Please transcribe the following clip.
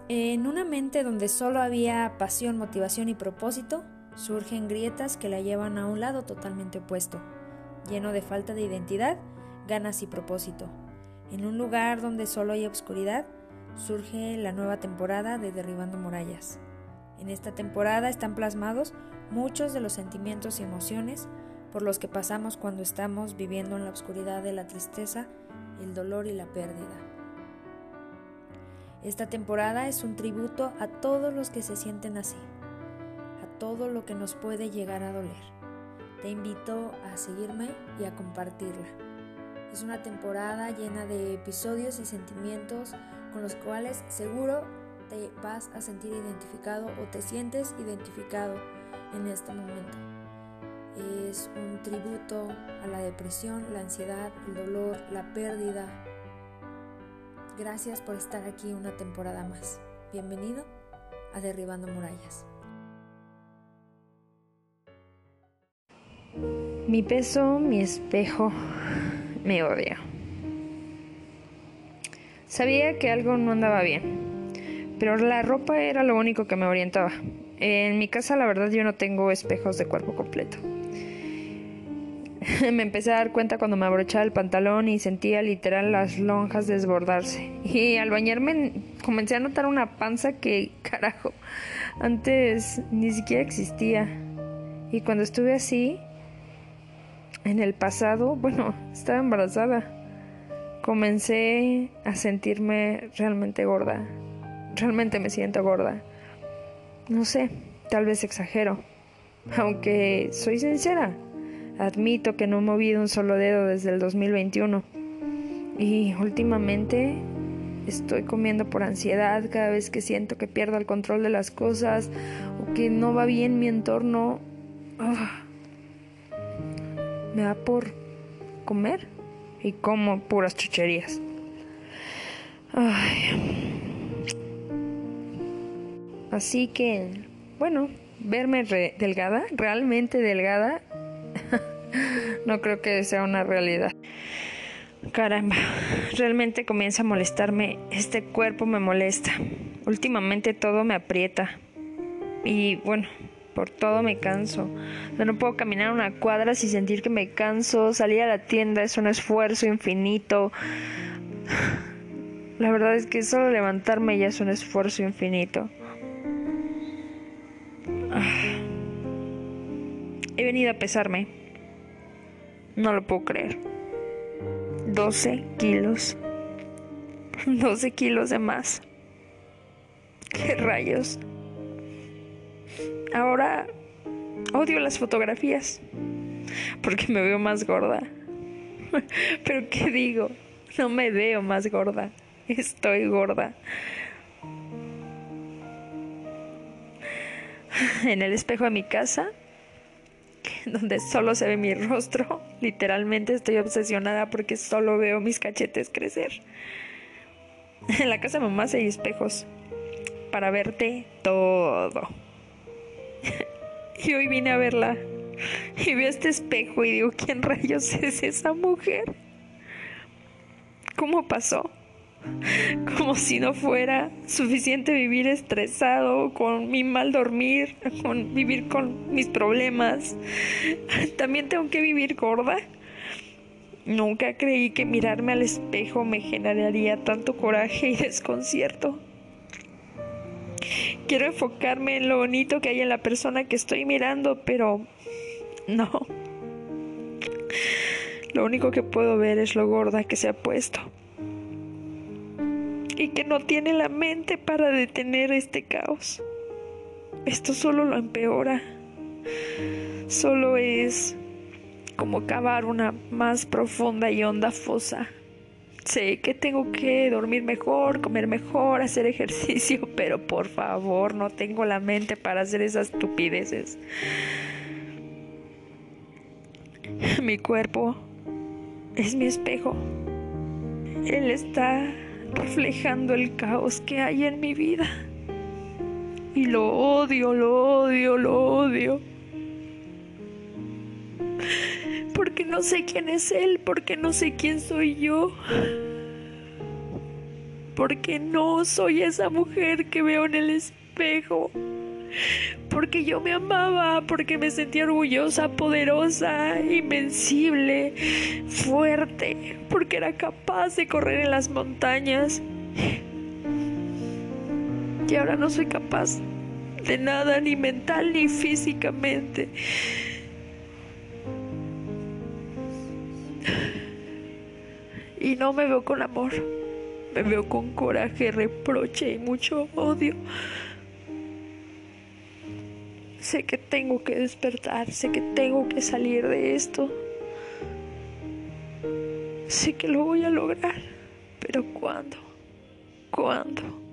En una mente donde solo había pasión, motivación y propósito, surgen grietas que la llevan a un lado totalmente opuesto, lleno de falta de identidad, ganas y propósito. En un lugar donde solo hay obscuridad, surge la nueva temporada de Derribando Murallas. En esta temporada están plasmados muchos de los sentimientos y emociones por los que pasamos cuando estamos viviendo en la oscuridad de la tristeza, el dolor y la pérdida. Esta temporada es un tributo a todos los que se sienten así, a todo lo que nos puede llegar a doler. Te invito a seguirme y a compartirla. Es una temporada llena de episodios y sentimientos con los cuales seguro te vas a sentir identificado o te sientes identificado en este momento. Es un tributo a la depresión, la ansiedad, el dolor, la pérdida. Gracias por estar aquí una temporada más. Bienvenido a Derribando Murallas. Mi peso, mi espejo, me odia. Sabía que algo no andaba bien, pero la ropa era lo único que me orientaba. En mi casa, la verdad, yo no tengo espejos de cuerpo completo. Me empecé a dar cuenta cuando me abrochaba el pantalón y sentía literal las lonjas desbordarse. Y al bañarme comencé a notar una panza que, carajo, antes ni siquiera existía. Y cuando estuve así, en el pasado, estaba embarazada. Comencé a sentirme realmente gorda. Realmente me siento gorda. No sé, tal vez exagero. Aunque soy sincera, admito que no he movido un solo dedo desde el 2021. Y últimamente estoy comiendo por ansiedad cada vez que siento que pierdo el control de las cosas o que no va bien mi entorno. Me da por comer y como puras chucherías. Así que, verme delgada, realmente delgada, no creo que sea una realidad. Caramba, realmente comienza a molestarme. Este cuerpo me molesta. Últimamente todo me aprieta. Y por todo me canso. No puedo caminar una cuadra sin sentir que me canso. Salir a la tienda es un esfuerzo infinito. La verdad es que solo levantarme ya es un esfuerzo infinito. He venido a pesarme. No lo puedo creer. 12 kilos. 12 kilos de más. ¿Qué rayos? Ahora odio las fotografías porque me veo más gorda. Pero ¿qué digo? No me veo más gorda. Estoy gorda. En el espejo de mi casa, donde solo se ve mi rostro, literalmente estoy obsesionada porque solo veo mis cachetes crecer. En la casa de mamá hay espejos para verte todo. Y hoy vine a verla y veo este espejo y digo, ¿quién rayos es esa mujer? ¿Cómo pasó? Como si no fuera suficiente vivir estresado, con mi mal dormir, con vivir con mis problemas. ¿También tengo que vivir gorda? Nunca creí que mirarme al espejo me generaría tanto coraje y desconcierto. Quiero enfocarme en lo bonito que hay en la persona que estoy mirando, pero no. Lo único que puedo ver es lo gorda que se ha puesto. Y que no tiene la mente para detener este caos. Esto solo lo empeora. Solo es como cavar una más profunda y honda fosa. Sé que tengo que dormir mejor, comer mejor, hacer ejercicio, pero por favor, no tengo la mente para hacer esas estupideces. Mi cuerpo es mi espejo. Él está reflejando el caos que hay en mi vida. Y lo odio, lo odio, lo odio. Porque no sé quién es él, porque no sé quién soy yo. porque no soy esa mujer que veo en el espejo. Porque yo me amaba, porque me sentía orgullosa, poderosa, invencible, fuerte, porque era capaz de correr en las montañas. Y ahora no soy capaz de nada, ni mental ni físicamente. Y no me veo con amor, me veo con coraje, reproche y mucho odio. Sé que tengo que despertar, sé que tengo que salir de esto. Sé que lo voy a lograr, pero ¿cuándo? ¿Cuándo?